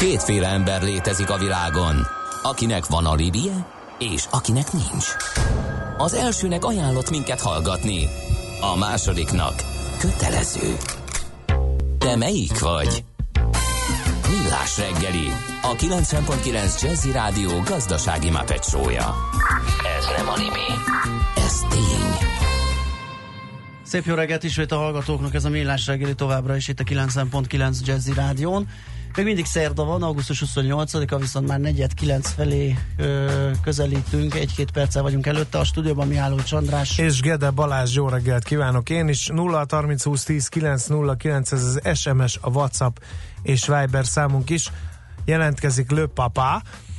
Kétféle ember létezik a világon, akinek van alibije, és akinek nincs. Az elsőnek ajánlott minket hallgatni, a másodiknak kötelező. Te melyik vagy? Millás reggeli, a 90.9 Jazzy Rádió gazdasági Muppet show-ja. Ez nem anime, ez tény. Szép jó reggelt ismét a hallgatóknak, ez a Millás reggeli továbbra is itt a 90.9 Jazzy Rádión. Még mindig szerda van, augusztus 28-a, viszont már 8:45 felé közelítünk, 1-2 perccel vagyunk előtte. A stúdióban Mihálovics András és Gede Balázs, jó reggelt kívánok én is. 0-30 20 10 909, ez az SMS, a WhatsApp és Viber számunk is. Jelentkezik Le Papa.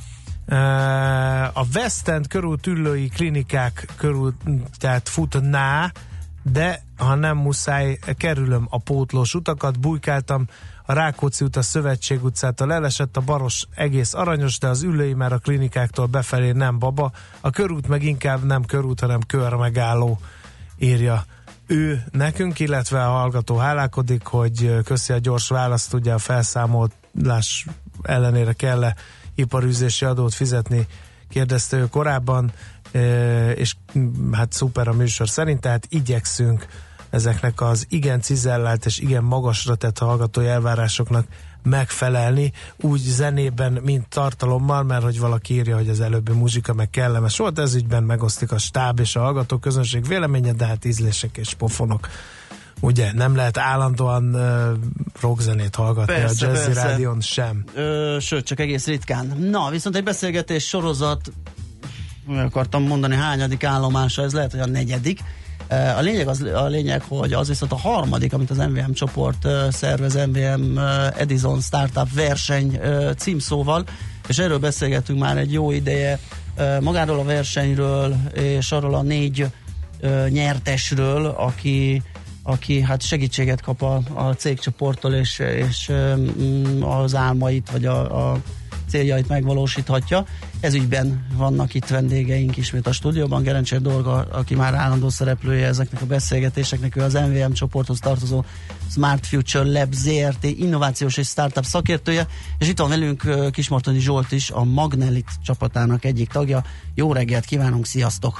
A West End körút Üllői klinikák körül, tehát futná, de ha nem muszáj, kerülöm a pótlós utakat, bujkáltam a Rákóczi út, a Szövetség utcától elesett, a Baros egész aranyos, de az Üllői már a klinikáktól befelé nem baba, a körút meg inkább nem körút, hanem körmegálló, írja ő nekünk, illetve a hallgató hálálkodik, hogy köszi a gyors választ, ugye a felszámolás ellenére kell-e iparűzési adót fizetni, kérdezte ő korábban, és hát szuper a műsor szerint, tehát igyekszünk ezeknek az igen cizellált és igen magasra tett hallgatói elvárásoknak megfelelni, úgy zenében, mint tartalommal, mert hogy valaki írja, hogy az előbbi muzsika meg kellemes volt, ez ügyben megosztik a stáb és a hallgató közönség véleménye, de hát ízlések és pofonok. Ugye nem lehet állandóan rockzenét hallgatni, persze, a Jazzy Rádión sem. Sőt, csak egész ritkán. Na, viszont egy beszélgetés sorozat, akartam mondani hányadik állomása, ez lehet, hogy a 4. A lényeg, hogy az viszont a 3., amit az MVM csoport szervez, MVM Edison Startup verseny címszóval, és erről beszélgetünk már egy jó ideje, magáról a versenyről, és arról a 4 nyertesről, aki hát segítséget kap a cégcsoporttól, és az álmait, vagy a céljait megvalósíthatja. Ez ügyben vannak itt vendégeink ismét a stúdióban. Gerencsér Dorga, aki már állandó szereplője ezeknek a beszélgetéseknek, ő az MVM csoporthoz tartozó Smart Future Lab ZRT innovációs és startup szakértője, és itt van velünk Kismartonyi Zsolt is, a Magnelit csapatának egyik tagja. Jó reggelt kívánunk, sziasztok!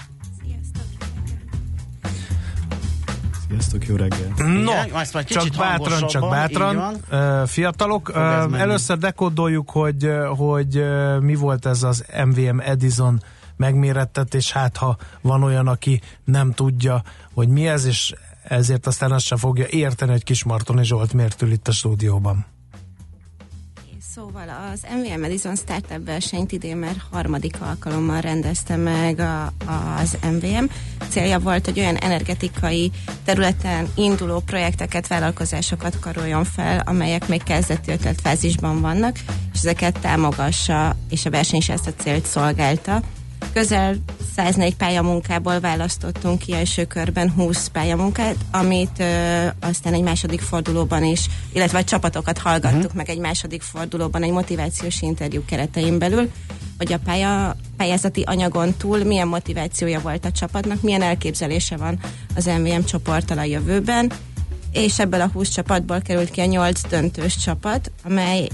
Sziasztok, jó reggel! No, csak bátran, fiatalok. Először dekódoljuk, hogy mi volt ez az MVM Edison megmérettetés, hát ha van olyan, aki nem tudja, hogy mi ez, és ezért aztán azt sem fogja érteni, hogy Kismartonyi Zsolt miért ül itt a stúdióban. Szóval az MVM Edison Startup versenyt idén már 3. alkalommal rendezte meg az MVM. Célja volt, hogy olyan energetikai területen induló projekteket, vállalkozásokat karoljon fel, amelyek még kezdeti ötletfázisban vannak, és ezeket támogassa, és a verseny is ezt a célt szolgálta. Közel 104 pályamunkából választottunk ki első körben 20 pályamunkát, amit aztán egy második fordulóban is, illetve a csapatokat hallgattuk meg egy második fordulóban, egy motivációs interjú keretein belül, hogy a pályázati anyagon túl milyen motivációja volt a csapatnak, milyen elképzelése van az MVM csoporttal a jövőben, és ebből a 20 csapatból került ki a 8 döntős csapat, amely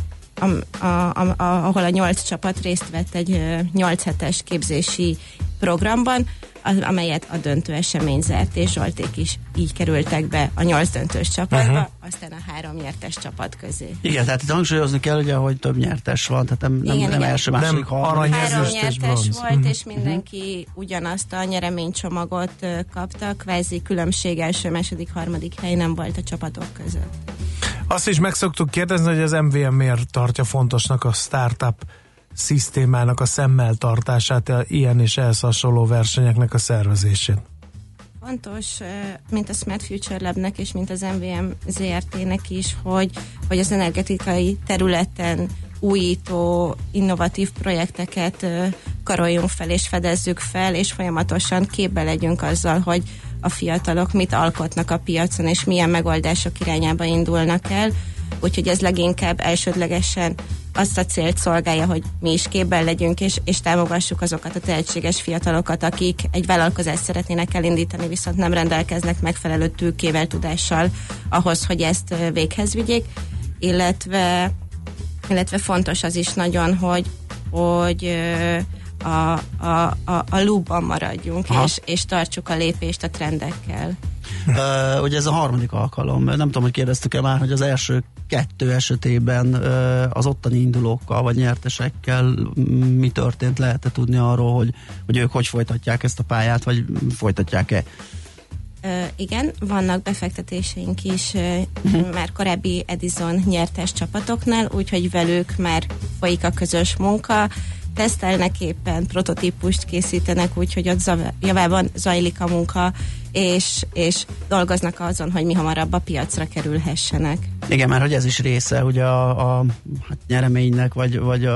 ahol a 8 csapat részt vett egy 8 hetes képzési programban, amelyet a döntő esemény zárt, és Zsolték is így kerültek be a 8 döntős csapatba, aztán a 3 nyertes csapat közé. Igen, tehát itt hangsúlyozni kell, ugye, hogy több nyertes van, tehát nem első, második, harmadik. 3 nyertes volt, és mindenki ugyanazt a nyereménycsomagot kapta, kvázi különbség első, második, harmadik hely nem volt a csapatok között. Azt is meg szoktuk kérdezni, hogy az MVM miért tartja fontosnak a startup szisztémának a szemmel tartását, ilyen és ehhez hasonló versenyeknek a szervezését. Fontos, mint a Smart Future Labnek és mint az MVM ZRT-nek is, hogy az energetikai területen újító, innovatív projekteket karoljunk fel és fedezzük fel, és folyamatosan képbe legyünk azzal, hogy a fiatalok mit alkotnak a piacon, és milyen megoldások irányába indulnak el. Úgyhogy ez leginkább elsődlegesen azt a célt szolgálja, hogy mi is képben legyünk, és támogassuk azokat a tehetséges fiatalokat, akik egy vállalkozást szeretnének elindítani, viszont nem rendelkeznek megfelelő tőkével, tudással ahhoz, hogy ezt véghez vigyék, illetve illetve fontos az is nagyon, hogy a loopban maradjunk, és tartsuk a lépést a trendekkel. Ugye ez a harmadik alkalom, nem tudom, hogy kérdeztük-e már, hogy az első 2 esetében az ottani indulókkal vagy nyertesekkel mi történt, lehet-e tudni arról, hogy ők hogy folytatják ezt a pályát, vagy folytatják-e? Igen, vannak befektetéseink is már korábbi Edison nyertes csapatoknál, úgyhogy velük már folyik a közös munka, tesztelnek éppen, prototípust készítenek, úgyhogy ott javában zajlik a munka, és dolgoznak azon, hogy mi hamarabb a piacra kerülhessenek. Igen, mert hogy ez is része ugye a nyereménynek, vagy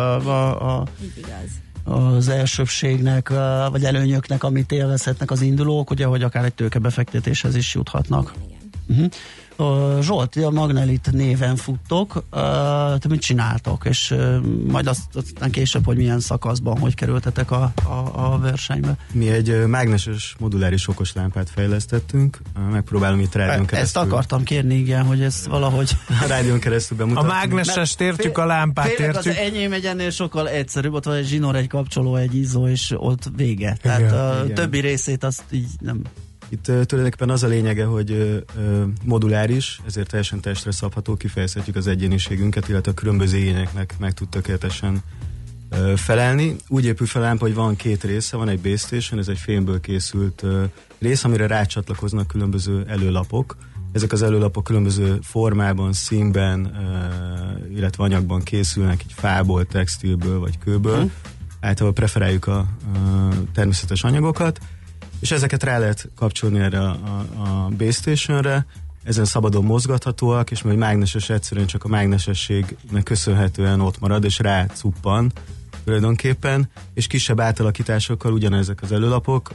Így igaz. az elsőbbségnek, vagy előnyöknek, amit élvezhetnek az indulók, ugye, hogy akár egy tőkebefektetéshez is juthatnak. Igen. Zsolt, a Magnelit néven futtok, te mit csináltok? És majd aztán később, hogy milyen szakaszban, hogy kerültetek a versenybe? Mi egy mágneses moduláris okoslámpát fejlesztettünk, megpróbálom itt rádión keresztül. Ezt akartam kérni, igen, hogy ez valahogy... A rádión keresztül bemutatni. A mágnesest értjük, a lámpát értjük. Az enyém egy ennél sokkal egyszerűbb, ott van egy zsinór, egy kapcsoló, egy izzó, és ott vége. Tehát igen, a többi részét azt így nem... Itt tulajdonképpen az a lényege, hogy moduláris, ezért teljesen testre szabható, kifejezhetjük az egyéniségünket, illetve a különböző igényeknek meg tud tökéletesen felelni. Úgy épül fel a lámpa, hogy van 2 része, van egy base station, ez egy fémből készült rész, amire rácsatlakoznak különböző előlapok. Ezek az előlapok különböző formában, színben, illetve anyagban készülnek, így fából, textilből vagy kőből. Általában preferáljuk a természetes anyagokat, és ezeket rá lehet kapcsolni erre a base stationre, ezen szabadon mozgathatóak, és majd mágneses egyszerűen csak a mágnesességnek köszönhetően ott marad, és rácuppan tulajdonképpen, és kisebb átalakításokkal ugyanezek az előlapok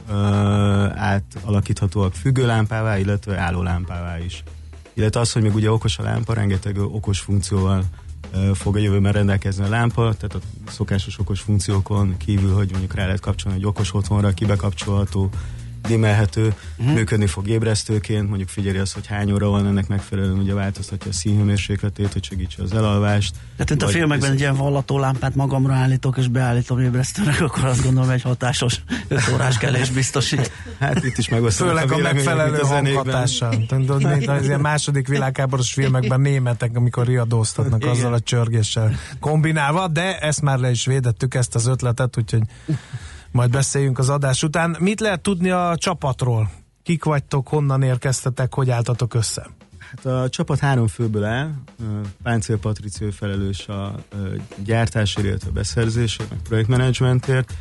átalakíthatóak függőlámpává, illetve állólámpává is. Illetve az, hogy még ugye okos a lámpa, rengeteg okos funkcióval fog a jövőben rendelkezni a lámpa, tehát a szokásos okos funkciókon kívül, hogy mondjuk rá lehet kapcsolni egy okos otthonra, kibekapcsolható, dimmelhető, működni fog ébresztőként, mondjuk figyeli azt, hogy hány óra van, ennek megfelelően ugye változtatja a színhőmérsékletét, hogy segítse az elalvást. Tehát a filmekben egy ilyen vallató lámpát magamra állítok, és beállítom ébresztőnek, akkor azt gondolom, egy hatásos 5 órás kelés biztosít. Hát itt is megosztanak főleg a megfelelő hanghatással. Mint az ilyen második világháborús filmekben németek, amikor riadóztatnak azzal a csörgéssel kombinálva, de ezt már le is védettük, ezt az ötletet, úgyhogy majd beszéljünk az adás után. Mit lehet tudni a csapatról? Kik vagytok, honnan érkeztetek, hogy álltatok össze? Hát a csapat 3 főből áll. Páncél Patrició felelős a gyártásért, illetve a beszerzésért, meg projektmenedzsmentért.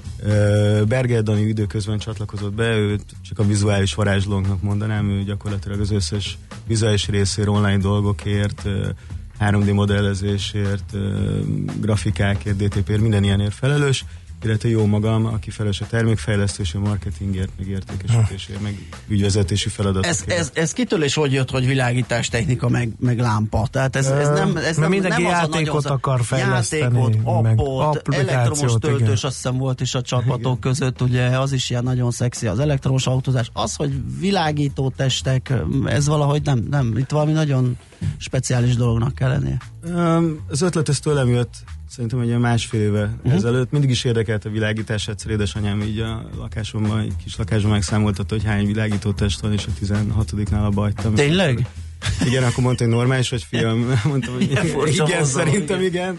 Berger Dani időközben csatlakozott be, őt csak a vizuális varázslónknak mondanám, ő gyakorlatilag az összes vizuális részért, online dolgokért, 3D modellezésért, grafikákért, DTP-ért, minden ilyenért felelős, illetve jó magam, aki felelős a termékfejlesztésért, marketingért, meg értékesítésért, meg ügyvezetési feladatokért. Ez kitől és hogy jött, hogy világítás technika, meg lámpa? Tehát ez nem mindenki nem játékot akar fejleszteni, játékot, meg appot, elektromos töltős, igen. Azt hiszem volt is a csapatok között, ugye az is ilyen nagyon szexi, az elektromos autózás. Az, hogy világító testek, ez valahogy nem. Itt valami nagyon speciális dolognak kell lennie. Az ötlet ez tőlem jött, szerintem egy ilyen 1,5 éve ezelőtt. Mindig is érdekelt a világítás, egyszer édesanyám így a lakásomban, egy kis lakásban megszámoltatta, hogy hány világítótest van, és a 16-nál abba hagytam. Tényleg? Igen, akkor mondta, hogy normális vagy, fiam. Mondtam, hogy igen, szerintem igen.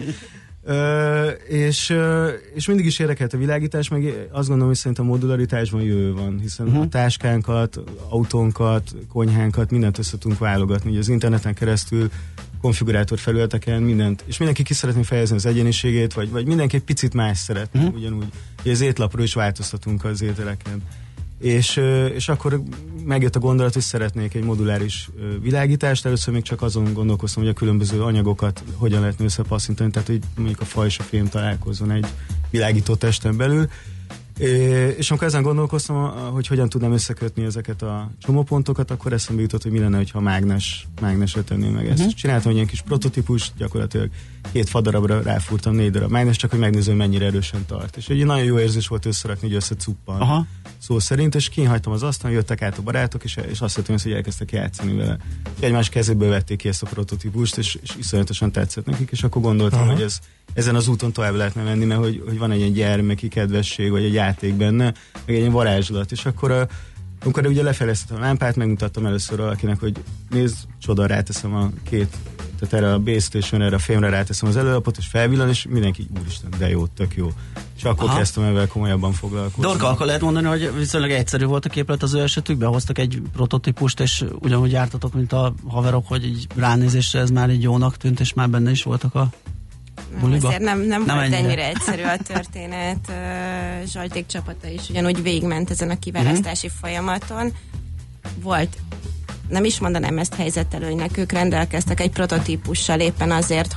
És mindig is érdekelt a világítás, meg azt gondolom, hogy szerintem a modularitásban jövő van, hiszen a táskánkat, autónkat, konyhánkat, mindent össze tudunk válogatni. Ugye az interneten keresztül, konfigurátor felületeken mindent, és mindenki ki szeretné fejezni az egyéniségét, vagy mindenki egy picit más szeretne, ugyanúgy. Ugye az étlapról is változtatunk az ételeken. És akkor megjött a gondolat, hogy szeretnék egy moduláris világítást. Először még csak azon gondolkoztam, hogy a különböző anyagokat hogyan lehetne összepasszintani, tehát hogy mondjuk a fa és a fém találkozzon egy világító testen belül. És amikor ezen gondolkoztam, hogy hogyan tudnám összekötni ezeket a csomópontokat, akkor eszembe jutott, hogy mi lenne, ha mágnesre tenném meg ezt. Csináltam egy ilyen kis prototípust, gyakorlatilag 2 fadarabra ráfúrtam 4 darab mágnes, csak hogy megnézem, mennyire erősen tart. És egy nagyon jó érzés volt összerakni, hogy összecuppan szó szerint, és kihagytam az asztalon, jöttek át a barátok, és azt hittem, hogy elkezdtek játszani vele. Egymás kezéből vették ki ezt a prototípust, és iszonyatosan tetszett nekik, és akkor gondoltam, hogy ezen az úton tovább lehetne menni, mert hogy van egy ilyen gyermeki kedvesség, vagy egy játék benne, meg egy ilyen varázslat, és akkor amikor ugye lefejlesztettem a lámpát, megmutattam először valakinek, hogy nézd, csoda, ráteszem a 2, tehát erre a base station, erre a fémre ráteszem az előlapot, és felvillan, és mindenki, úristen, de jó, tök jó. És akkor kezdtem ezzel komolyabban foglalkozni. Dorka, akkor lehet mondani, hogy viszonylag egyszerű volt a képlet az ő esetükben, hoztak egy prototípust, és ugyanúgy jártatok, mint a haverok, hogy így ránézésre ez már így jónak tűnt, és már benne is voltak a buliba? Azért nem volt ennyire egyszerű a történet. Zsolték csapata is ugyanúgy végigment ezen a kiválasztási folyamaton. Volt, nem is mondanám ezt helyzetelőnynek, ők rendelkeztek egy prototípussal éppen azért,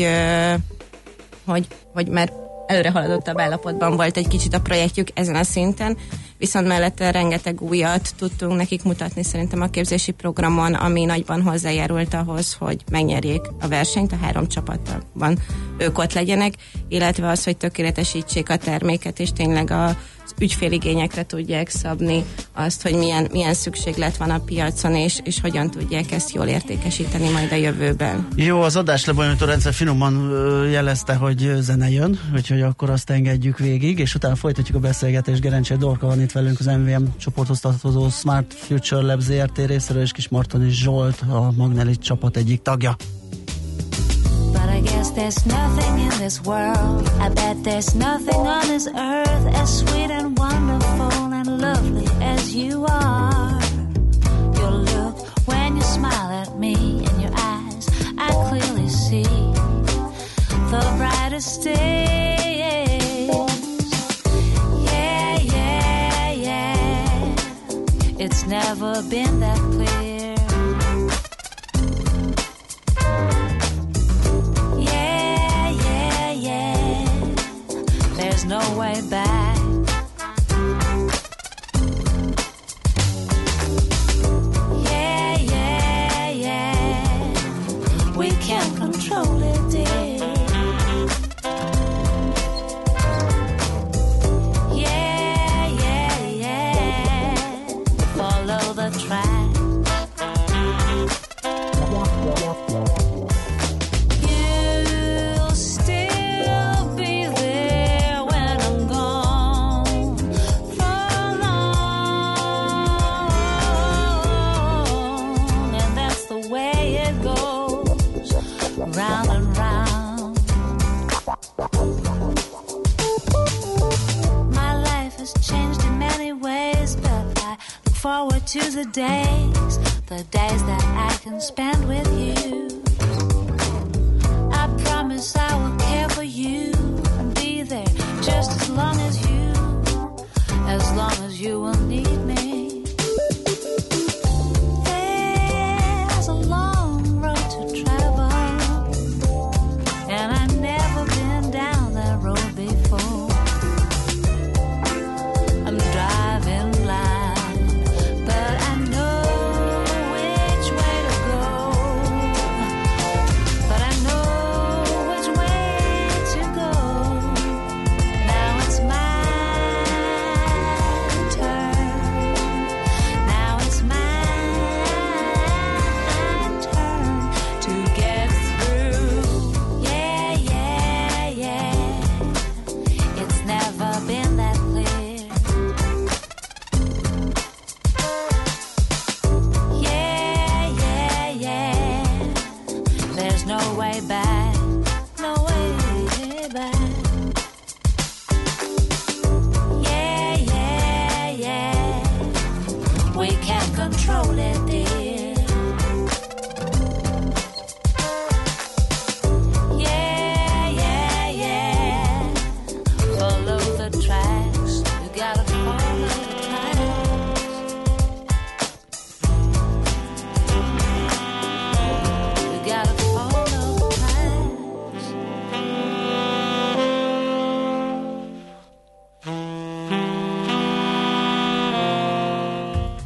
hogy már előre haladottabb állapotban volt egy kicsit a projektjük ezen a szinten, viszont mellette rengeteg újat tudtunk nekik mutatni szerintem a képzési programon, ami nagyban hozzájárult ahhoz, hogy megnyerjék a versenyt, a 3 csapatban ők ott legyenek, illetve az, hogy tökéletesítsék a terméket, és tényleg az ügyféligényekre tudják szabni azt, hogy milyen szükséglet van a piacon, és hogyan tudják ezt jól értékesíteni majd a jövőben. Jó, az adás lebonyolító rendszer finoman jelezte, hogy zene jön, úgyhogy akkor azt engedjük végig, és utána folytatjuk a beszélgetést. Gerencsér Dorka van itt velünk, az MVM csoporthoz tartozó Smart Future Lab ZRT részéről, és Kismartoni Zsolt, a Magnelit csapat egyik tagja. But I guess there's nothing in this world, I bet there's nothing on this earth as sweet and wonderful and lovely as you are. Your look when you smile at me, in your eyes I clearly see the brightest days. Yeah, yeah, yeah, it's never been that clear. There's no way back. Yeah, yeah, yeah, we can't control it, dear. Yeah, yeah, yeah, follow the track. Round and round. My life has changed in many ways, but I look forward to the days that I can spend with you. I promise I will care for you and be there just as long as you will need me.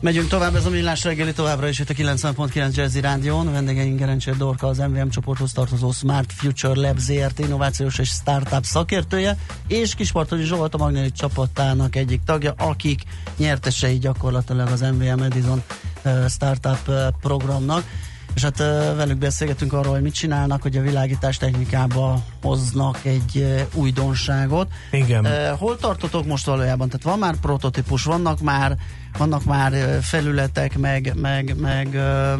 Megyünk tovább, ez a Millás reggeli továbbra is itt a 90.9 Jazzy Rádión. Vendégeink Gerencsér Dorka, az MVM csoporthoz tartozó Smart Future Lab ZRT innovációs és startup szakértője, és Kispartonyi Zsolt, a Magneti csapatának egyik tagja, akik nyertesei gyakorlatilag az MVM Edison startup programnak. És hát velük beszélgetünk arról, hogy mit csinálnak, hogy a világítás technikába hoznak egy újdonságot. Igen. Hol tartotok most valójában? Tehát van már prototípus, vannak már felületek, meg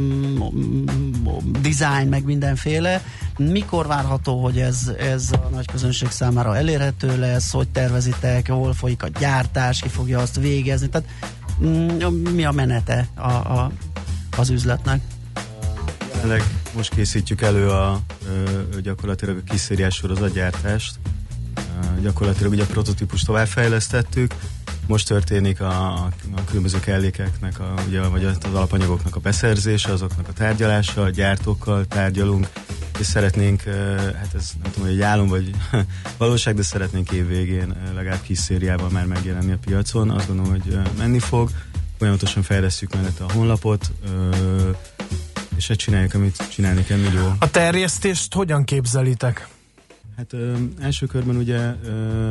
design, meg mindenféle. Mikor várható, hogy ez a nagy közönség számára elérhető lesz? Hogy tervezitek? Hol folyik a gyártás? Ki fogja azt végezni? Tehát mi a menete az üzletnek? Most készítjük elő gyakorlatilag a kiszériás sorozatgyártást. Gyakorlatilag ugye a prototípust továbbfejlesztettük. Most történik a különböző kellékeknek, vagy az alapanyagoknak a beszerzése, azoknak a tárgyalása, a gyártókkal tárgyalunk, és szeretnénk, hát ez nem tudom, hogy egy álom vagy valóság, de szeretnénk évvégén legalább kis szériával már megjelenni a piacon. Azt gondolom, hogy menni fog. Folyamatosan fejlesztjük mellette a honlapot, és ezt csináljuk, amit csinálni kell, millió. A terjesztést hogyan képzelitek? Hát első körben ugye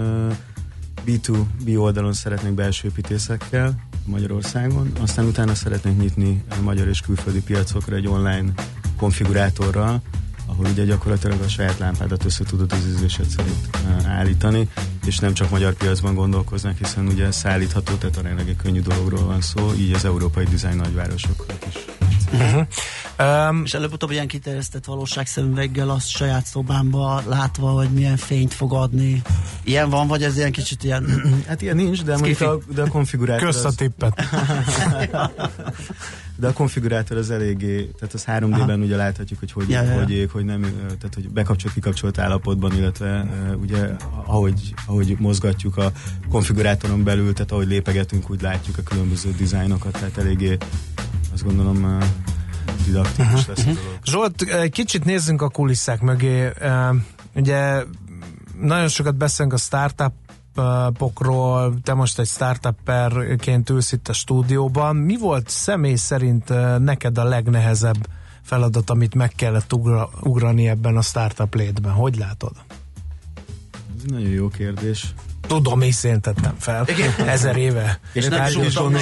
B2B oldalon szeretnénk belső építészekkel Magyarországon, aztán utána szeretnénk nyitni a magyar és külföldi piacokra egy online konfigurátorral, ahol ugye gyakorlatilag a saját lámpádat össze tudod az ízlésed szerint állítani, és nem csak magyar piacban gondolkoznak, hiszen ugye szállítható, tehát aránylag egy könnyű dologról van szó, így az európai dizájn nagyvárosoknak is. És előbb-utóbb ilyen kiterjesztett valóságszemüveggel azt saját szobámba látva, hogy milyen fényt fog adni. Ilyen van, vagy ez ilyen kicsit ilyen... Hát ilyen nincs, de a konfigurátor... Kösz a tippet. De a konfigurátor az eléggé, tehát az 3D-ben ugye láthatjuk, hogy ég, hogy nem, tehát hogy bekapcsolt, kikapcsolt állapotban, illetve ugye ahogy mozgatjuk a konfigurátoron belül, tehát ahogy lépegetünk, úgy látjuk a különböző dizájnokat, tehát eléggé azt gondolom didaktikus lesz a dolog. Zsolt, kicsit nézzünk a kulisszák mögé. Ugye nagyon sokat beszélünk a startupokról, te most egy startupperként ülsz itt a stúdióban. Mi volt személy szerint neked a legnehezebb feladat, amit meg kellett ugrani ebben a startup létben? Hogy látod? Ez nagyon jó kérdés. Tudom, én tettem fel. 1000 éve. És nem zsúltam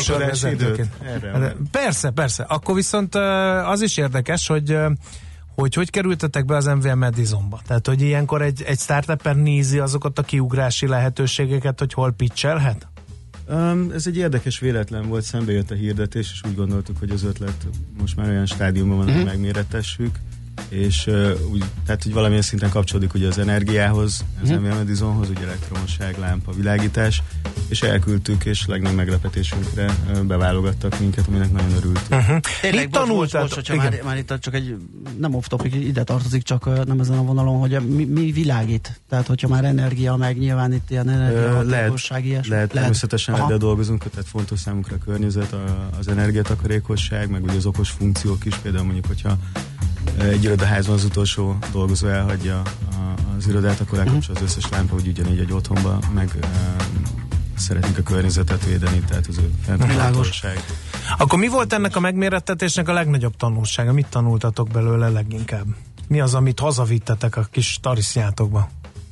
Persze. Akkor viszont az is érdekes, hogy kerültetek be az MVM Edisonba. Tehát, hogy ilyenkor egy startupper nézi azokat a kiugrási lehetőségeket, hogy hol pitchelhet? Ez egy érdekes véletlen volt, szembe jött a hirdetés, és úgy gondoltuk, hogy az ötlet most már olyan stádiumban van, hogy megméretessük, és tehát, hogy valamilyen szinten kapcsolódik ugye az energiához, az MVM Edisonhoz, ugye elektromosság, lámpa, világítás, és elküldtük, és legnagyobb meglepetésünkre beválogattak minket, aminek nagyon örültünk. Tényleg, mit tanultál? Hogyha már itt csak egy, nem off topic, ide tartozik, csak nem ezen a vonalon, hogy mi világít? Tehát, hogyha már energia, meg nyilván itt ilyen energiahatékosság, lehet természetesen ebben dolgozunk, tehát fontos számunkra a környezet, az energiatakarékosság, meg ugye az okos funkciók is, például mondjuk, hogyha egy irodaházban az utolsó dolgozó elhagyja az irodát, akkor lekapcsol az összes lámpa, hogy ugyanígy egy otthonban, meg szeretnénk a környezetet védeni, tehát az ő fenntarthatóság. Akkor mi volt ennek a megmérettetésnek a legnagyobb tanulsága? Mit tanultatok belőle leginkább? Mi az, amit hazavittetek a kis tarisznyátokba?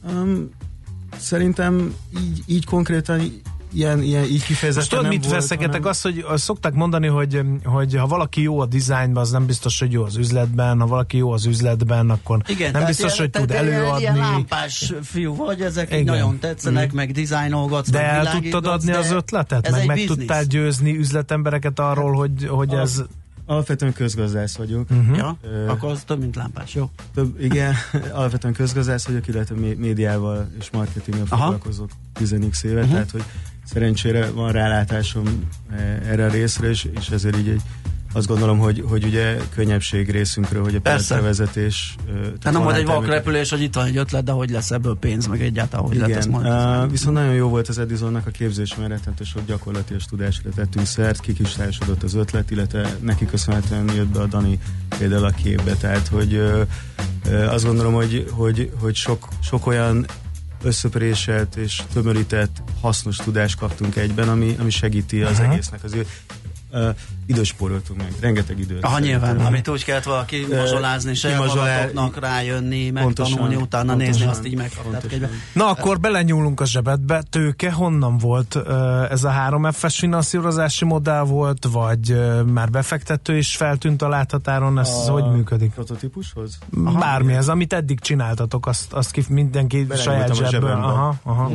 Szerintem így konkrétan így kifejezetten most tudod, mit veszegetek? Azt, hogy szokták mondani, hogy ha valaki jó a dizájnban, az nem biztos, hogy jó az üzletben, ha valaki jó az üzletben, akkor igen, nem biztos, hogy tud előadni. Ilyen lámpás fiú vagy, ezek nagyon tetszenek, meg dizájnolgatsz, de el tudtad adni az ötletet? Meg tudtál győzni üzletembereket arról, hogy ez... Alapvetően közgazdász vagyok. Akkor az több, mint lámpás, jó? Igen, alapvetően közgazdász vagyok, illetve médiával és marketinggel foglalkozok 10x éve, tehát hogy szerencsére van rálátásom erre a részre, és ezért így azt gondolom, hogy ugye könnyebbség részünkről, hogy a piacrevezetés... Tehát nem volt egy vakrepülés, hogy itt van egy ötlet, de hogy lesz ebből pénz, meg egyáltalán, hogy lehet ezt mondani. Viszont nagyon jó volt az Edisonnak a képzése, mert rettentő sok gyakorlatilag tudásra tettünk szert, kikristályosodott az ötlet, illetve neki köszönhetően jött be a Dani például a képbe, tehát hogy azt gondolom, hogy sok olyan összöpréselt és tömörített hasznos tudást kaptunk egyben, ami segíti az egésznek az ő. időspóroltunk meg, rengeteg időt. Nyilván, amit úgy kellett valaki mazsolázni, saját magatoknak rájönni, megtanulni, utána nézni, azt így megkaptátok egybe. Na, akkor belenyúlunk a zsebedbe. Tőke honnan volt? Ez a 3F-es finanszírozási modell volt, vagy már befektető is feltűnt a láthatáron? Ez hogy működik? Prototípushoz? Bármi ez, amit eddig csináltatok, azt mindenki saját zsebből.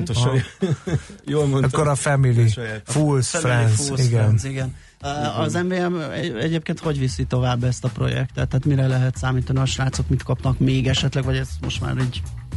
Jól mondtam. Akkor a Family Fools Friends, igen. Az MVM egyébként hogy viszi tovább ezt a projektet? Tehát mire lehet számítani, a srácok mit kapnak még esetleg, vagy ez most már így?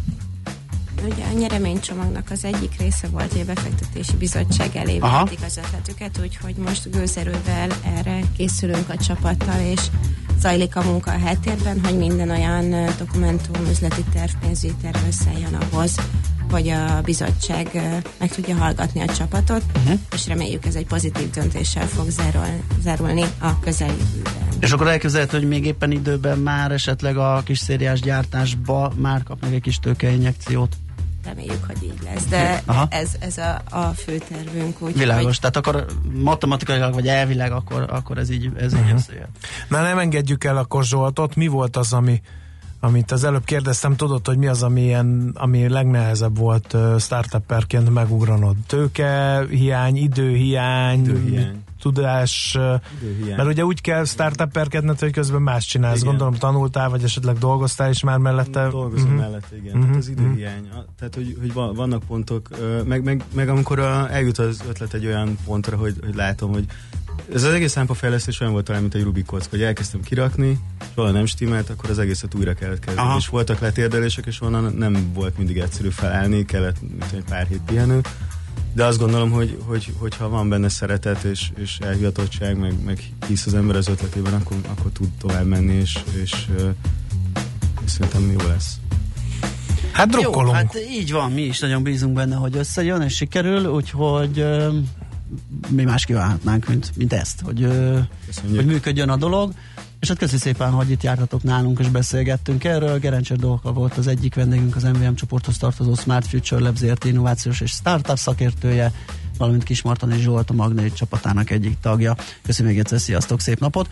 Ugye a nyereménycsomagnak az egyik része volt, hogy a befektetési bizottság elé vették az ötletüket, úgyhogy most gőzerővel erre készülünk a csapattal, és zajlik a munka a háttérben, hogy minden olyan dokumentum, üzleti terv, pénzügyi terv összejön ahhoz, hogy a bizottság meg tudja hallgatni a csapatot, és reméljük ez egy pozitív döntéssel fog zárulni a közeljövőben. És akkor elképzelhető, hogy még éppen időben már esetleg a kis szériás gyártásba már kapnak egy kis tőkeinjekciót. Reméljük, hogy így lesz, de ez a fő tervünk. Világos, tehát akkor matematikailag vagy elvileg akkor ez így összejön. Na, nem engedjük el akkor Zsoltot. Mi volt az, amit az előbb kérdeztem, tudod, hogy mi az, ami legnehezebb volt startupperként megugranod? Tőkehiány, időhiány. Tudás, mert ugye úgy kell startupperkedned, hogy közben más csinálsz. Igen. Gondolom tanultál, vagy esetleg dolgoztál is már mellette. Dolgozom mellette, igen. Tehát az időhiány. Tehát, hogy vannak pontok, meg amikor eljut az ötlet egy olyan pontra, hogy látom, hogy ez az egész lámpafejlesztés olyan volt talán, mint egy Rubik kocka, hogy elkezdtem kirakni, és valami nem stimmelt, akkor az egészet újra kellett kezdeni. És voltak letérdelések, és onnan nem volt mindig egyszerű felállni, kellett egy pár hét pihenő. De azt gondolom, hogyha van benne szeretet és elhivatottság, meg hisz az ember az ötletében, akkor tud tovább menni, és szerintem jó lesz. Hát drukkolunk. Jó, hát így van, mi is nagyon bízunk benne, hogy összejön és sikerül, úgyhogy mi más kívánhatnánk, mint ezt, hogy működjön a dolog. És hát köszi szépen, hogy itt jártatok nálunk és beszélgettünk erről. Gerencsér Dolka volt az egyik vendégünk, az MVM csoporthoz tartozó Smart Future Labs ZRT innovációs és startup szakértője, valamint Kismarton és Zsolt, a Magnét csapatának egyik tagja. Köszönöm még egyszer, sziasztok, szép napot!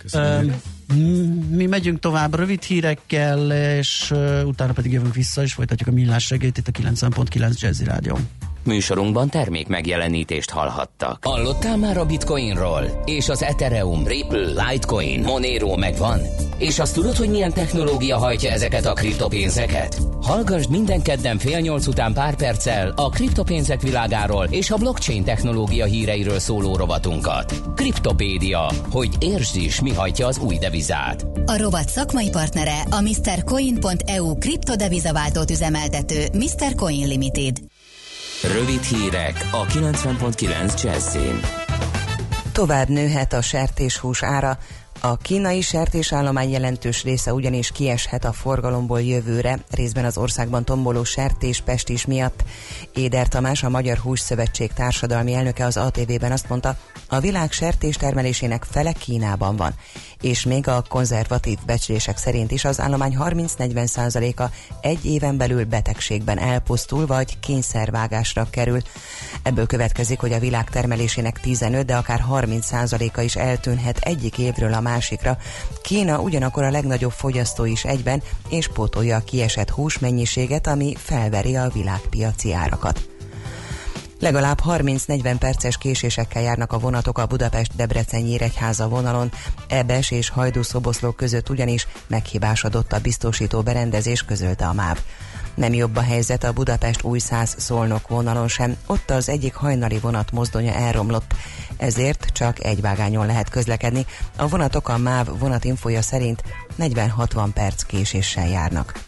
Mi megyünk tovább rövid hírekkel, és utána pedig jövünk vissza, és folytatjuk a Millás reggelyt itt a 90.9 Jazzy Rádión. Műsorunkban termék megjelenítést hallhattak. Hallottál már a Bitcoinról? És az Ethereum, Ripple, Litecoin, Monero megvan? És azt tudod, hogy milyen technológia hajtja ezeket a kriptopénzeket? Hallgassd minden kedden 7:30 után pár perccel a kriptopénzek világáról és a blockchain technológia híreiről szóló rovatunkat. Kriptopédia, hogy értsd is, mi hajtja az új devizát. A rovat szakmai partnere a MrCoin.eu kriptodevizaváltót üzemeltető Mr. Coin Limited. Rövid hírek a 90.9 Jazzyn. Tovább nőhet a sertéshús ára. A kínai sertésállomány jelentős része ugyanis kieshet a forgalomból jövőre, részben az országban tomboló sertéspestis miatt. Éder Tamás, a Magyar Hússzövetség társadalmi elnöke az ATV-ben azt mondta, a világ sertéstermelésének fele Kínában van, és még a konzervatív becslések szerint is az állomány 30-40%-a egy éven belül betegségben elpusztul vagy kényszervágásra kerül. Ebből következik, hogy a világ termelésének 15, de akár 30%-a is eltűnhet egyik évről a másikra. Kína ugyanakkor a legnagyobb fogyasztó is egyben, és pótolja a kiesett húsmennyiséget, ami felveri a világpiaci árakat. Legalább 30-40 perces késésekkel járnak a vonatok a Budapest-Debrecen-Nyíregyháza vonalon. Ebes és Hajdú-Szoboszló között ugyanis meghibásodott a biztosító berendezés, közölte a MÁV. Nem jobb a helyzet a Budapest-Újszász-Szolnok vonalon sem, ott az egyik hajnali vonat mozdonya elromlott, ezért csak egy vágányon lehet közlekedni. A vonatok a MÁV vonatinfója szerint 40-60 perc késéssel járnak.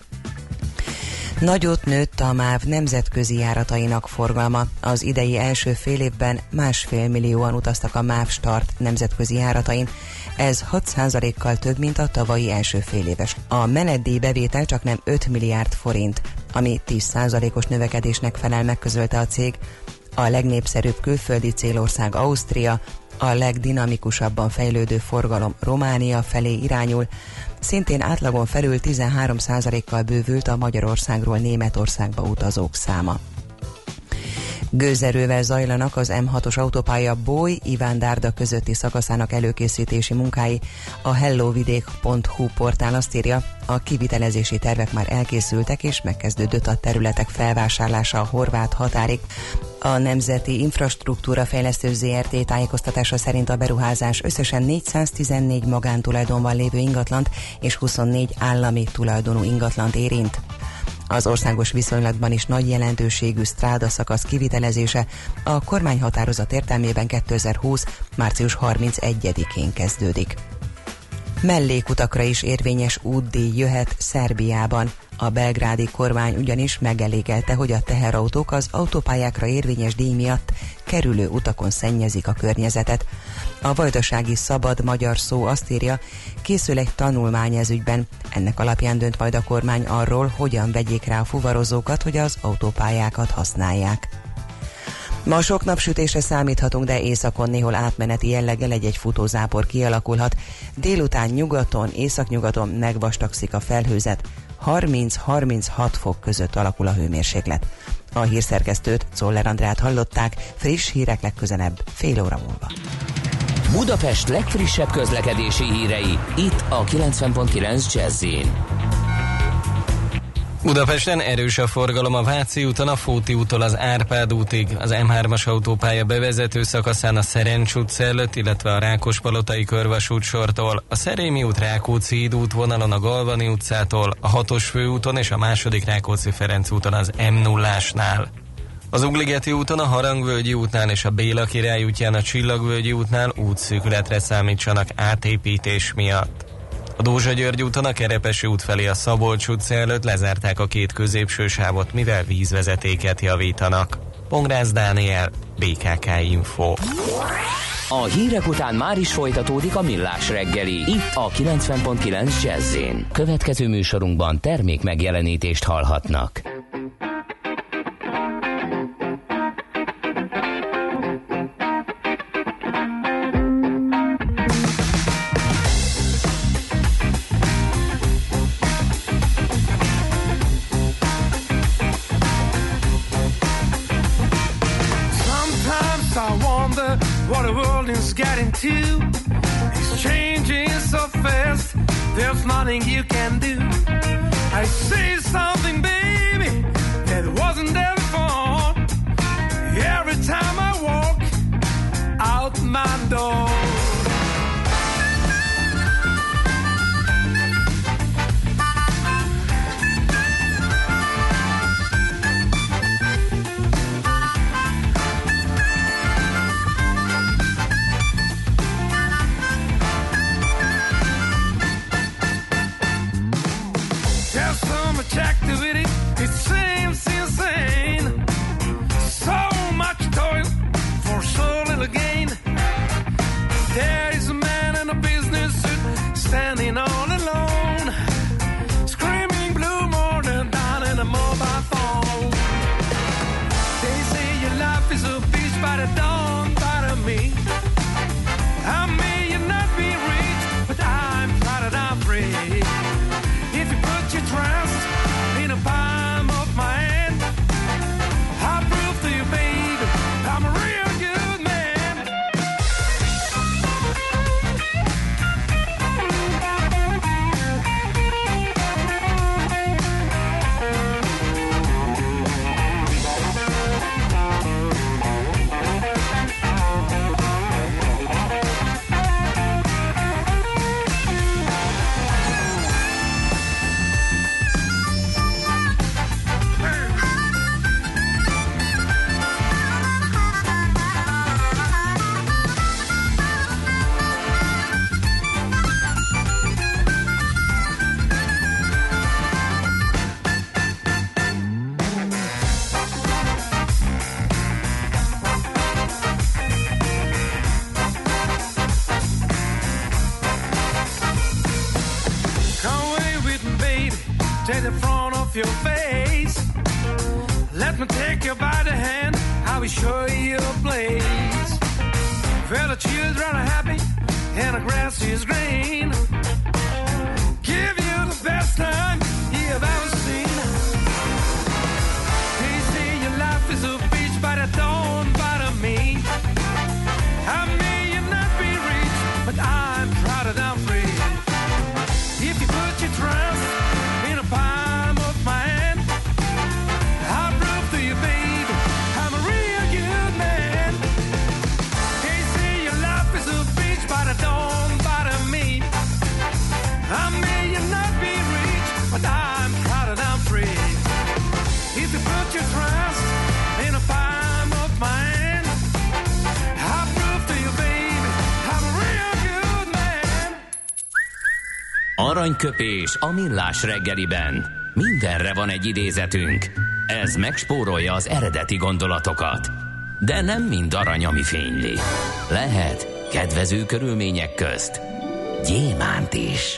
Nagyot nőtt a MÁV nemzetközi járatainak forgalma. Az idei első fél évben 1,5 millióan utaztak a MÁV Start nemzetközi járatain. Ez 6%-kal több, mint a tavalyi első féléves. A menetdíj bevétel csaknem 5 milliárd forint, ami 10%-os növekedésnek felel meg, közölte a cég. A legnépszerűbb külföldi célország Ausztria, a legdinamikusabban fejlődő forgalom Románia felé irányul, szintén átlagon felül 13%-kal bővült a Magyarországról Németországba utazók száma. Gőzerővel zajlanak az M6-os autópálya Bój-Iván-Dárda közötti szakaszának előkészítési munkái. A hellovidék.hu portál azt írja, a kivitelezési tervek már elkészültek, és megkezdődött a területek felvásárlása a horvát határig. A Nemzeti Infrastruktúra Fejlesztő ZRT tájékoztatása szerint a beruházás összesen 414 magántulajdonban lévő ingatlant és 24 állami tulajdonú ingatlant érint. Az országos viszonylatban is nagy jelentőségű stráda szakasz kivitelezése a kormányhatározat értelmében 2020. március 31-én kezdődik. Mellékutakra is érvényes útdíj jöhet Szerbiában. A belgrádi kormány ugyanis megelégelte, hogy a teherautók az autópályákra érvényes díj miatt kerülő utakon szennyezik a környezetet. A vajdasági szabad magyar szó azt írja, készül egy tanulmány ez ügyben. Ennek alapján dönt majd a kormány arról, hogyan vegyék rá a fuvarozókat, hogy az autópályákat használják. Ma sok napsütésre számíthatunk, de északon néhol átmeneti jelleggel egy-egy futózápor kialakulhat. Délután nyugaton, északnyugaton megvastagszik a felhőzet. 30-36 fok között alakul a hőmérséklet. A hírszerkesztőt, Czoller Andrát hallották, friss hírek legközelebb fél óra múlva. Budapest legfrissebb közlekedési hírei, itt a 90.9 Jazz-in. Budapesten erős a forgalom a Váci úton, a Fóti úttól az Árpád útig, az M3-as autópálya bevezető szakaszán a Szerencs utca előtt, illetve a Rákospalotai körvasút sortól, a Szerémi út Rákóczi híd útvonalon a Galvani utcától, a 6-os főúton és a második Rákóczi-Ferenc úton az M0-ásnál. Az Ugligeti úton a Harangvölgyi útnál és a Béla Király útján a Csillagvölgyi útnál útszűkületre számítsanak átépítés miatt. A Dózsa-György úton a Kerepesi út felé a Szabolcs utca előtt lezárták a két középső sávot, mivel vízvezetéket javítanak. Pongrász Dániel, BKK Info. A hírek után már is folytatódik a Millás reggeli, itt a 90.9 Jazz-in. Következő műsorunkban termék megjelenítést hallhatnak. What the world is getting to, it's changing so fast, there's nothing you can do. I say something, baby, that wasn't there before. Every time I walk out my door. Activity, it seems insane. So much toil for so little gain. There is a man in a business suit standing all alone, screaming blue more than down in a mobile phone. They say your life is a beach, but it don't bother me. I may not be rich, but I'm proud and I'm free. If you put your trust in the palm of my hand, I'll prove to you, baby, I'm a real good man. Take the front of your face. Let me take you by the hand. I will show you a place where the children are happy and the grass is green. Give you the best time you've ever seen. They say your life is a beach, but I don't. Aranyköpés a millás reggeliben. Mindenre van egy idézetünk. Ez megspórolja az eredeti gondolatokat. De nem mind arany, ami fényli. Lehet kedvező körülmények közt gyémánt is.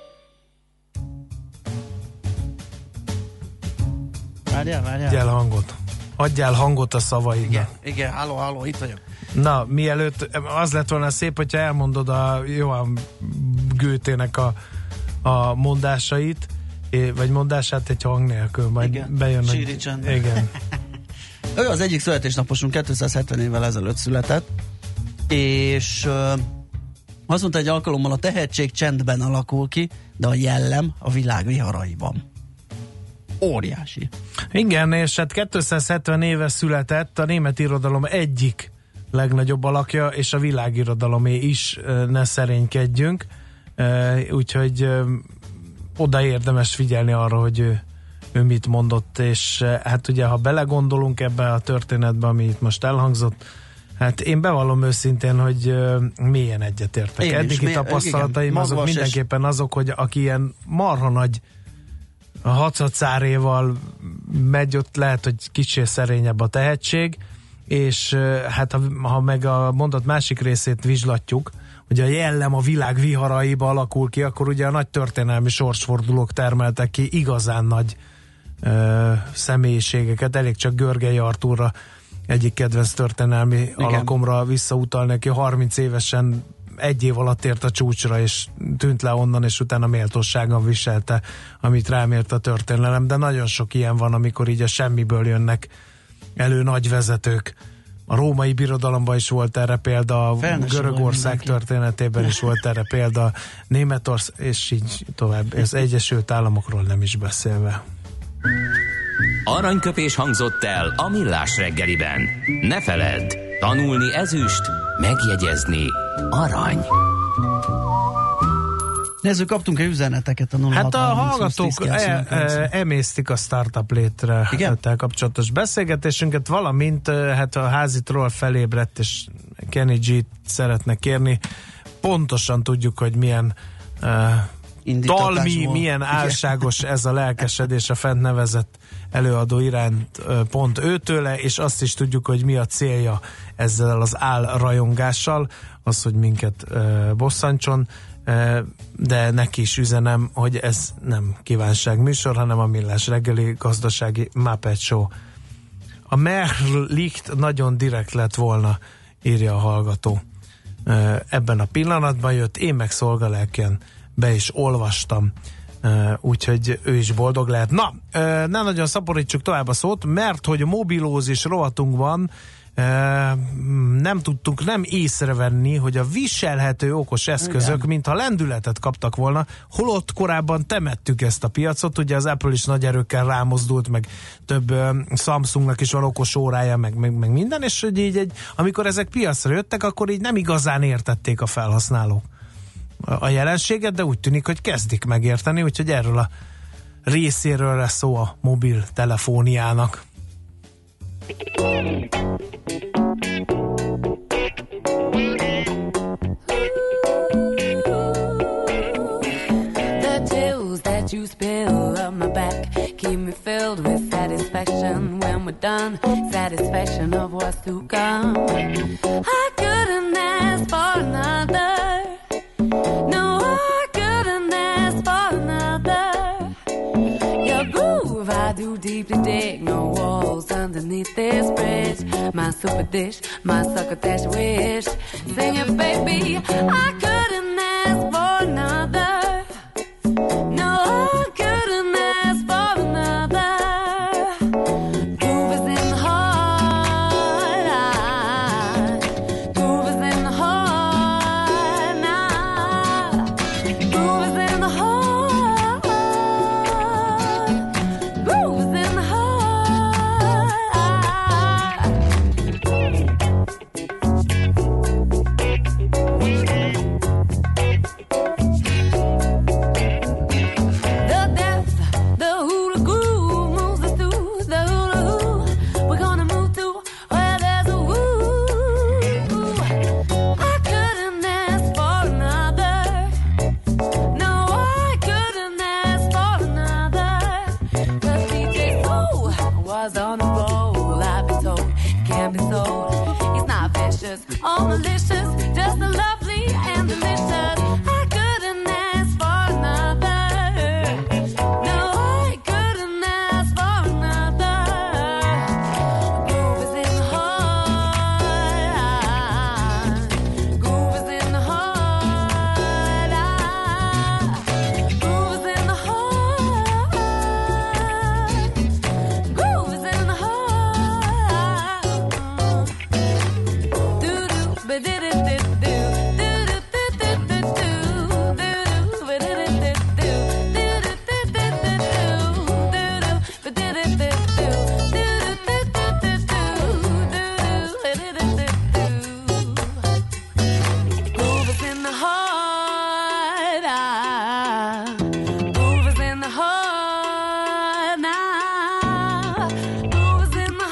Várjál. Adjál hangot a szavaidnak. Igen, halló, itt vagyok. Na, mielőtt, az lett volna szép, hogyha elmondod a Johann Goethe-nek a mondásait, vagy mondását egy hang nélkül, majd bejön. Igen. Ő az egyik születésnaposunk, 270 évvel ezelőtt született, és azt mondta egy alkalommal, a tehetség csendben alakul ki, de a jellem a világ viharaiban. Óriási. Igen, és hát 270 éve született, a német irodalom egyik legnagyobb alakja, és a világirodalomé is, ne szerénykedjünk. Úgyhogy oda érdemes figyelni arra, hogy ő mit mondott, és hát ugye, ha belegondolunk ebbe a történetbe, ami itt most elhangzott, hát én bevallom őszintén, hogy mélyen egyetértek. Eddigi tapasztalataim azok mindenképpen azok, hogy aki ilyen marha nagy a hatszatszáréval megy, ott lehet, hogy kicsit szerényebb a tehetség, és hát ha meg a mondat másik részét vizslatjuk, hogy a jellem a világ viharaiba alakul ki, akkor ugye a nagy történelmi sorsfordulók termeltek ki igazán nagy személyiségeket. Elég csak Görgei Artúrra, egyik kedvenc történelmi alakomra visszautalni, aki 30 évesen egy év alatt ért a csúcsra, és tűnt le onnan, és utána méltósággal viselte, amit rám ért a történelem, de nagyon sok ilyen van, amikor így a semmiből jönnek elő nagy vezetők. A római birodalomban is volt erre példa, a Görögország történetében is volt erre példa, Németország, és így tovább. Az Egyesült Államokról nem is beszélve. Aranyköpés hangzott el a millás reggeliben. Ne feledd, tanulni ezüst, megjegyezni arany. Nézzük, kaptunk-e üzeneteket a 0630 Hát a hallgatók emésztik a Startup létre kapcsolatos beszélgetésünket, valamint hát a házitról felébredt, és Kenny G-t szeretne kérni. Pontosan tudjuk, hogy milyen talmi, milyen álságos ez a lelkesedés a fent nevezett előadó iránt pont őtőle, és azt is tudjuk, hogy mi a célja ezzel az álrajongással, az, hogy minket bosszantson, de neki is üzenem, hogy ez nem kívánságműsor, hanem a millás reggeli gazdasági Muppet Show. A Merlicht nagyon direkt lett volna, írja a hallgató. Ebben a pillanatban jött, én meg szolgalelken be is olvastam, úgyhogy ő is boldog lehet. Na, ne nagyon szaporítsuk tovább a szót, mert hogy a mobilózis rovatunkban nem tudtunk nem észrevenni, hogy a viselhető okos eszközök, mintha lendületet kaptak volna, holott korábban temettük ezt a piacot, ugye az Apple is nagy erőkkel rámozdult, meg több Samsungnak is van okos órája, meg minden, és hogy így amikor ezek piacra jöttek, akkor így nem igazán értették a felhasználók a jelenséget, de úgy tűnik, hogy kezdik megérteni, úgyhogy erről a részéről lesz szó a mobiltelefóniának. The tears that you spill on my back keep me filled with satisfaction when we're done, satisfaction of what's to come. I couldn't ask for another. No, I couldn't ask for another. Your groove I do deeply dig, no walls underneath this bridge. My super dish, my succotash wish. Sing it, baby, I couldn't ask for another. No, I couldn't ask for another. Groove is in the heart, groove is in the heart now. Groove is in the heart, groove is in the heart. stars on a roll. I've been told it can't be sold. He's not vicious or malicious, just a lovely and delicious. I couldn't ask for another. No, I couldn't ask for another. Groove is in the heart. Groove is in the heart. Groove is in the heart. Groove is in the heart. Do do ba did it did do do do do do do do ba did it did do do do do do do ba did it did do do do do do do ba did it did do. Groove is in the heart. Groove is in the heart now. Groove is in the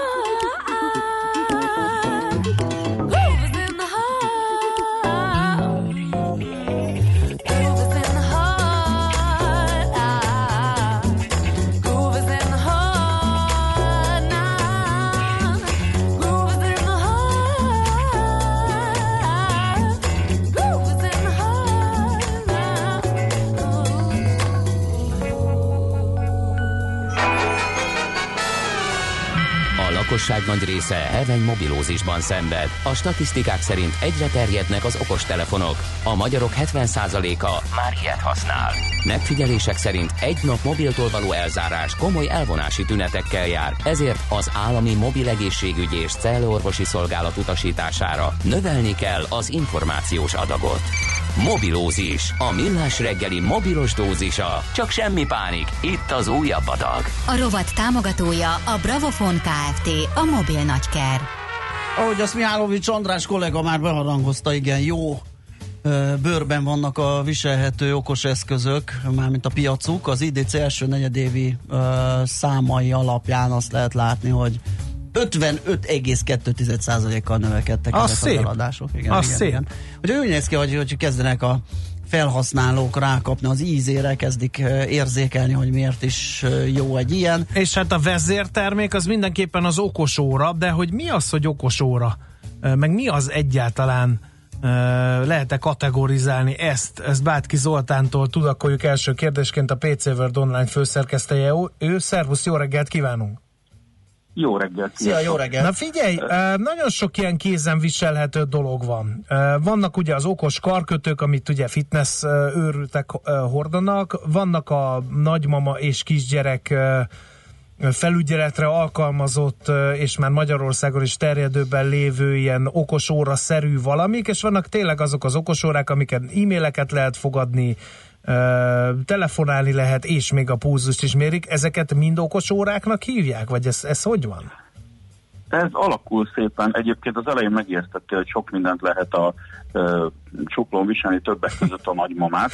heart. Groove is in the heart. Groove is in the heart. Groove is in the heart now. Groove is in the heart. Groove is in the A lakosság nagy része heveny mobilózisban szenved. A statisztikák szerint egyre terjednek az okostelefonok. A magyarok 70%-a már ilyet használ. Megfigyelések szerint egy nap mobiltól való elzárás komoly elvonási tünetekkel jár, ezért az állami mobil egészségügyi és cellorvosi szolgálat utasítására növelni kell az információs adagot. Mobilózis, a millás reggeli mobilos dózisa. Csak semmi pánik, itt az újabb adag. A rovat támogatója a Bravofon Kft. A mobil nagyker. Ahogy azt Mihálovics András kollega már beharangozta, igen, jó bőrben vannak a viselhető okos eszközök, mármint a piacuk. Az IDC első negyedévi számai alapján azt lehet látni, hogy 55,2%-kal növekedtek ezek az eladások. Igen, igen. Hogy úgy néz ki, hogy kezdenek a felhasználók rákapni az ízére, kezdik érzékelni, hogy miért is jó egy ilyen. És hát a vezértermék az mindenképpen az okosóra, de hogy mi az, hogy okosóra? Meg mi az egyáltalán? Lehet-e kategorizálni ezt Bátki Zoltántól tudakoljuk első kérdésként, a PC World Online főszerkesztője. Ő, szervusz, jó reggelt kívánunk! Jó reggelt! Szia, jó reggelt! Na figyelj, nagyon sok ilyen kézen viselhető dolog van. Vannak ugye az okos karkötők, amit ugye fitness őrültek hordanak, vannak a nagymama és kisgyerek felügyeletre alkalmazott, és már Magyarországon is terjedőben lévő ilyen okosóra-szerű valamik, és vannak tényleg azok az okosórák, amiket e-maileket lehet fogadni, telefonálni lehet, és még a pulzust is mérik. Ezeket mind okosóráknak hívják? Vagy ez hogy van? Ez alakul szépen. Egyébként az elején megértettél, hogy sok mindent lehet a csuklón viselni, többek között a nagymamát,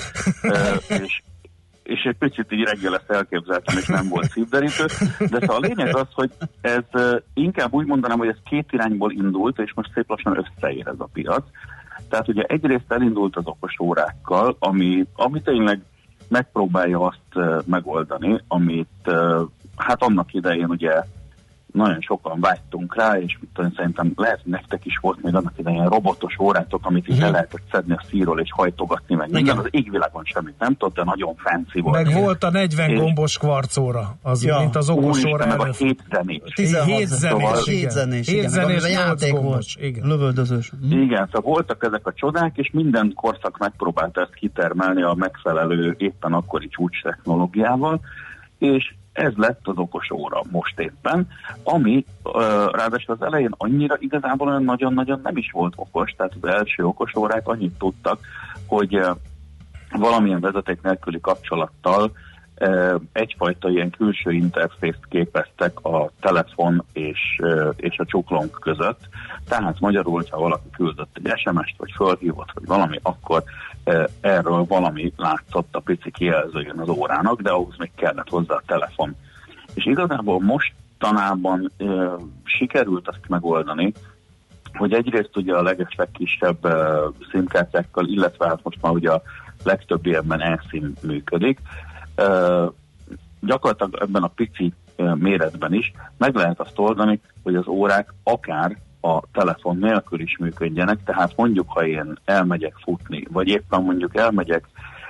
és egy picit így reggel ezt elképzeltem, és nem volt szívderítő. De szóval a lényeg az, hogy ez inkább úgy mondanám, hogy ez két irányból indult, és most szép lassan összeér ez a piac. Tehát ugye egyrészt elindult az okos órákkal, ami tényleg megpróbálja azt megoldani, amit hát annak idején ugye nagyon sokan vágytunk rá, és szerintem lehet, nektek is volt még annak idején robotos órátok, amit így le lehetett szedni a szíról és hajtogatni, meg minden, az égvilágon semmit nem tudott, de nagyon fancy volt. Meg volt a 40 gombos kvarcóra, az mint az okos óra előtt. Meg a 7 zenés. 7 zenés, igen. Játék volt, lövöldözős. Igen, szóval voltak ezek a csodák, és minden korszak megpróbálta ezt kitermelni a megfelelő, éppen akkori csúcs technológiával, és ez lett az okos óra most éppen, ami ráadásul az elején annyira igazából olyan nagyon-nagyon nem is volt okos, tehát az első okos órák annyit tudtak, hogy valamilyen vezeték nélküli kapcsolattal egyfajta ilyen külső interfészt képeztek a telefon és a csuklónk között. Tehát magyarul, hogyha valaki küldött egy SMS-t, vagy fölhívott, vagy valami, akkor erről valami látszott a pici kijelzőjön az órának, de ahhoz még kellett hozzá a telefon. És igazából mostanában sikerült azt megoldani, hogy egyrészt ugye a legeslegkisebb SIM-kártyákkal, illetve hát most már ugye a legtöbb ilyenben eSIM működik. Gyakorlatilag ebben a pici méretben is meg lehet azt oldani, hogy az órák akár a telefon nélkül is működjenek, tehát mondjuk, ha én elmegyek futni, vagy éppen mondjuk elmegyek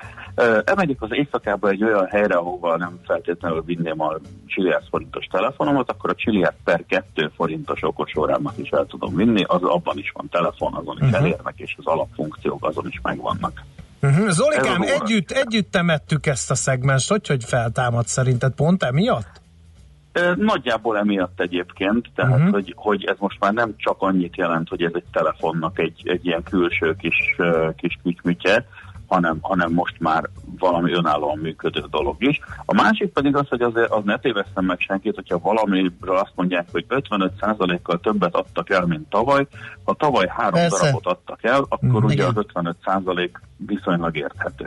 az éjszakába egy olyan helyre, ahova nem feltétlenül vinném a Chiliad forintos telefonomat, akkor a Chiliad per 2 forintos okosórámat is el tudom vinni, az abban is van telefon, azon is elérnek, és az alapfunkciók azon is megvannak. Zolikám, együtt temettük ezt a szegmenst, hogy feltámad szerinted pont emiatt? Nagyjából emiatt egyébként, tehát hogy ez most már nem csak annyit jelent, hogy ez egy telefonnak egy ilyen külső kis kütyümütye, hanem most már valami önállóan működő dolog is. A másik pedig az, hogy az ne tévesszem meg senkit, hogyha valamiről azt mondják, hogy 55%-kal többet adtak el, mint tavaly. Ha tavaly 3 darabot adtak el, akkor ugye az 55% viszonylag érthető,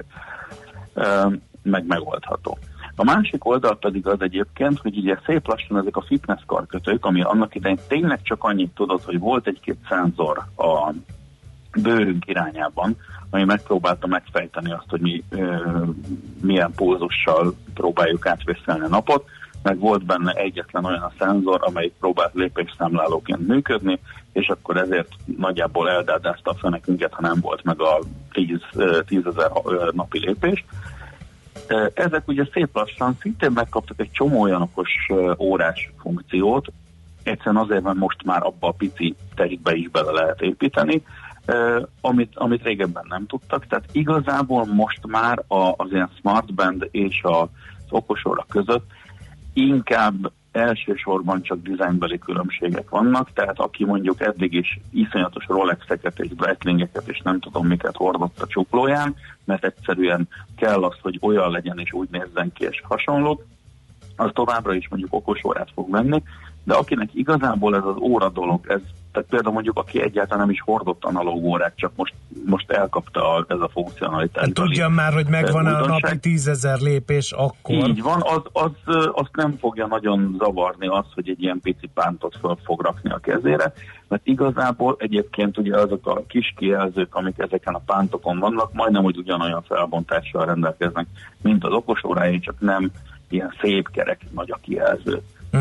meg megoldható. A másik oldal pedig az egyébként, hogy ugye szép lassan ezek a fitness karkötők, ami annak idején tényleg csak annyit tudod, hogy volt egy-két szenzor a bőrünk irányában, ami megpróbálta megfejteni azt, hogy mi milyen pulzussal próbáljuk átvészelni a napot, meg volt benne egyetlen olyan a szenzor, amelyik próbált lépésszámlálóként működni, és akkor ezért nagyjából eldádázta a fenekünket, ha nem volt meg a 10 000 napi lépés. Ezek ugye szép lassan szintén megkaptak egy csomó olyan okos órás funkciót, egyszerűen azért, mert most már abba a pici terikbe is bele lehet építeni, amit régebben nem tudtak. Tehát igazából most már az ilyen smartband és az okosóra között inkább elsősorban csak dizájnbeli különbségek vannak, tehát aki mondjuk eddig is iszonyatos Rolexeket és Breitlingeket és nem tudom miket hordott a csuklóján, mert egyszerűen kell az, hogy olyan legyen és úgy nézzen ki és hasonlók, az továbbra is mondjuk okosórát fog venni, de akinek igazából ez az óra dolog, tehát például mondjuk aki egyáltalán nem is hordott analóg órát, csak most elkapta ez a funkcionalitás. Tudja már, hogy megvan a napi 10 000 lépés, akkor... Így van, azt nem fogja nagyon zavarni az, hogy egy ilyen pici pántot föl fog rakni a kezére, mert igazából egyébként ugye azok a kis kijelzők, amik ezeken a pántokon vannak, majdnem úgy ugyanolyan felbontással rendelkeznek, mint az okosóráink, csak nem ilyen szép kerek nagy a kijelző.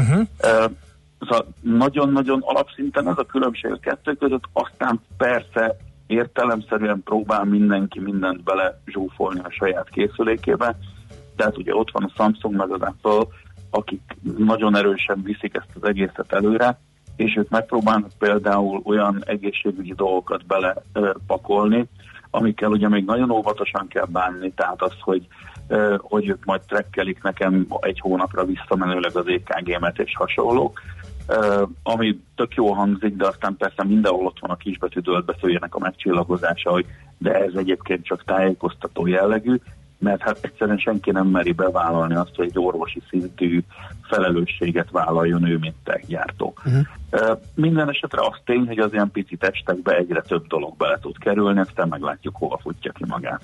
Szóval nagyon-nagyon alapszinten ez a különbség a kettő között, aztán persze értelemszerűen próbál mindenki mindent bele zsúfolni a saját készülékébe, tehát ugye ott van a Samsung meg az Apple, akik nagyon erősen viszik ezt az egészet előre, és ők megpróbálnak például olyan egészségügyi dolgokat belepakolni, amikkel ugye még nagyon óvatosan kell bánni, tehát az, hogy ők majd trekkelik nekem egy hónapra visszamenőleg az EKG-met és hasonlók, ami tök jó hangzik, de aztán persze mindenhol ott van a kisbetű dölt-betűjének a megcsillagozása, hogy de ez egyébként csak tájékoztató jellegű, mert hát egyszerűen senki nem meri bevállalni azt, hogy egy orvosi szintű felelősséget vállaljon ő, mint techgyártó. Minden esetre az tény, hogy az ilyen pici testekbe egyre több dolog bele tud kerülni, aztán meglátjuk, hova futja ki magát.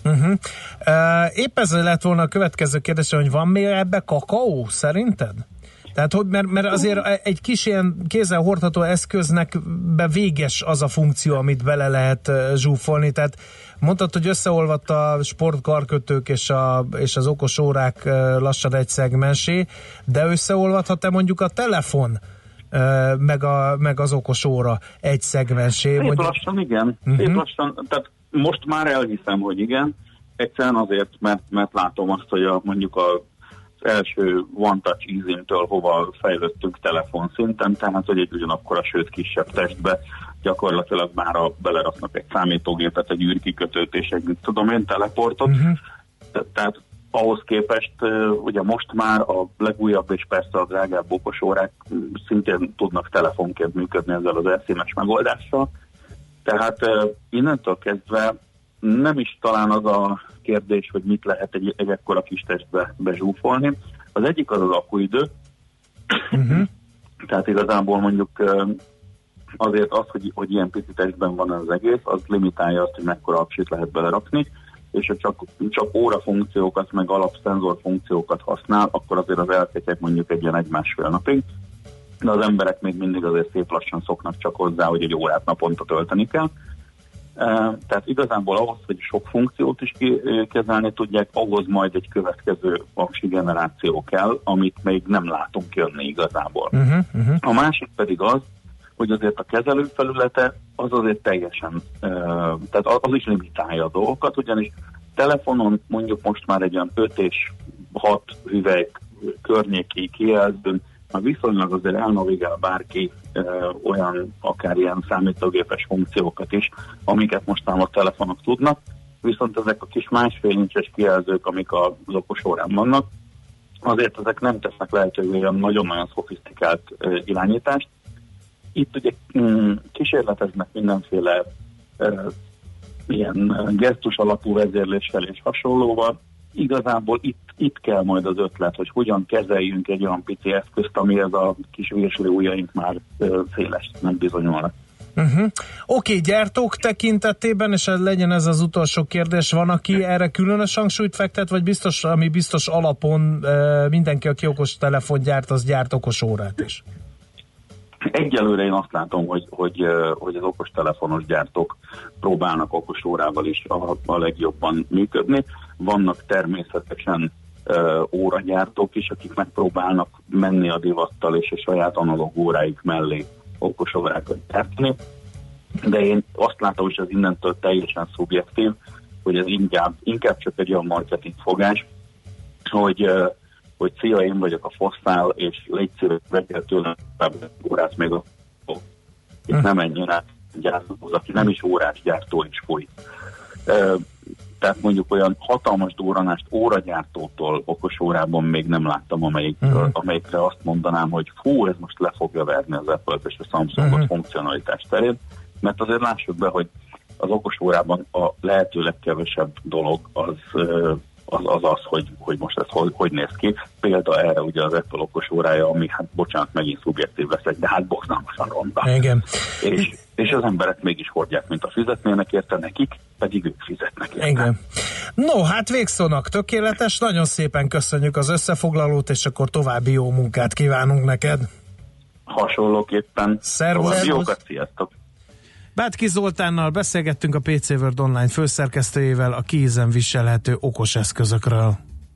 Épp ez lett volna a következő kérdés, hogy van még ebbe kakaó, szerinted? Tehát, mert azért egy kis ilyen kézzel hordható eszköznek véges az a funkció, amit bele lehet zsúfolni, tehát mondtad, hogy összeolvadt a sportkarkötők és az okos órák lassan egy szegmensé, de összeolvadhat-e mondjuk a telefon meg az okos óra egy szegmensé? Szép lassan, igen. Szép lassan, tehát most már elhiszem, hogy igen. Egyszerűen azért, mert látom azt, hogy mondjuk az első One Touch Easy-től hova fejlődtünk telefonszinten, tehát hogy egy ugyanakkora, sőt kisebb testbe gyakorlatilag már beleraknak egy számítógépet, egy űrkikötőt és egy teleportot. Tehát ahhoz képest ugye most már a legújabb és persze a drágább okosórák szintén tudnak telefonként működni ezzel az elszínes megoldással. Tehát innentől kezdve nem is talán az a kérdés, hogy mit lehet egy ekkora kis testbe bezsúfolni. Az egyik az akkuidő. Tehát igazából mondjuk azért az, hogy ilyen pici testben van az egész, az limitálja azt, hogy mekkora aksit lehet belerakni, és ha csak óra funkciókat, meg alapszenzor funkciókat használ, akkor azért az elketyeg mondjuk egy ilyen 1-1,5 napig, de az emberek még mindig azért szép lassan szoknak csak hozzá, hogy egy órát naponta tölteni kell. Tehát igazából ahhoz, hogy sok funkciót is kezelni tudják, ahhoz majd egy következő aksi generáció kell, amit még nem látunk jönni igazából. A másik pedig az, hogy azért a kezelőfelülete az azért teljesen, tehát az is limitálja a dolgokat, ugyanis telefonon mondjuk most már egy olyan 5 és 6 hüvely környéki kijelzőn, már viszonylag azért elnavigál bárki olyan akár ilyen számítógépes funkciókat is, amiket most már a telefonok tudnak, viszont ezek a kis 1,5 incses kijelzők, amik az okosórán vannak, azért ezek nem tesznek lehetővé olyan nagyon-nagyon szofisztikált irányítást. Itt ugye kísérleteznek mindenféle ilyen gesztus alapú vezérléssel és hasonlóval. Igazából itt kell majd az ötlet, hogy hogyan kezeljünk egy olyan pici eszközt, amihez a kis virslő ujjaink már széles nem bizonyulnak. Oké, gyártók tekintetében, és legyen ez az utolsó kérdés, van, aki erre különös hangsúlyt fektet, vagy biztos alapon mindenki, aki okos telefon gyárt, az gyárt okos órát is? Egyelőre én azt látom, hogy az okostelefonos gyártók próbálnak okos órával is a legjobban működni. Vannak természetesen óragyártók is, akik megpróbálnak menni a divattal és a saját analóg óráik mellé okos órákat gyártani. De én azt látom, hogy ez innentől teljesen szubjektív, hogy ez inkább csak egy olyan marketing fogás, hogy szia, én vagyok a fosztál, és légy szíves, vegyél tőlem órát még a itt nem ennyire gyártóhoz, aki nem is órás gyártó is folyt. Tehát mondjuk olyan hatalmas durranást óragyártótól okos órában még nem láttam, amelyikre azt mondanám, hogy fú, ez most le fogja verni az Apple-t és a Samsungot funkcionalitás terén, mert azért lássuk be, hogy az okos órában a lehető legkevesebb dolog az, hogy most ez hogy néz ki. Példa erre ugye az Apple okos órája, ami hát bocsánat, megint szubjektív leszek, de hát borzalmasan ronda. Igen. És az emberek mégis hordják, mint a fizetnének érte, nekik pedig ők fizetnek érte. Igen. No, hát végszónak tökéletes, nagyon szépen köszönjük az összefoglalót, és akkor további jó munkát kívánunk neked. Hasonlóképpen. Szervusz. Jókat, sziasztok. Bátki Zoltánnal beszélgettünk a PC World Online főszerkesztőjével a kézen viselhető okos eszközökről.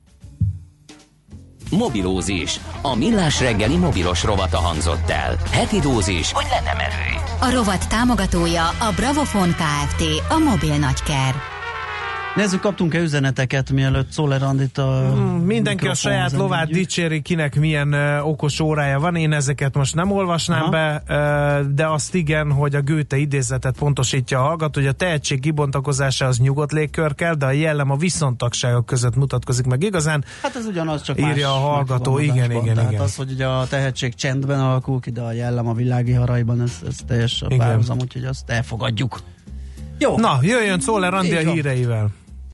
Mobilózis. A millás reggeli mobilos rovata hangzott el. Heti dózis, hogy lenne merő. A rovat támogatója a Bravofon Kft. A mobil nagyker. Nézzük, kaptunk-e üzeneteket, mielőtt Czoller Andit mindenki a saját lovát dicséri, kinek milyen okos órája van. Én ezeket most nem olvasnám be, de azt igen, hogy a Goethe idézetet pontosítja a hallgató, hogy a tehetség kibontakozása az nyugodt légkör kell, de a jellem a viszontagságok között mutatkozik meg igazán. Hát ez ugyanaz, csak írja a hallgató, igen. Az, hogy ugye a tehetség csendben alakul ki, de a jellem a világi haraiban, ez teljes a párhuzam, úgyhogy azt elfogadjuk. Jó. Na, jöjjön Czoller Andi a híreivel.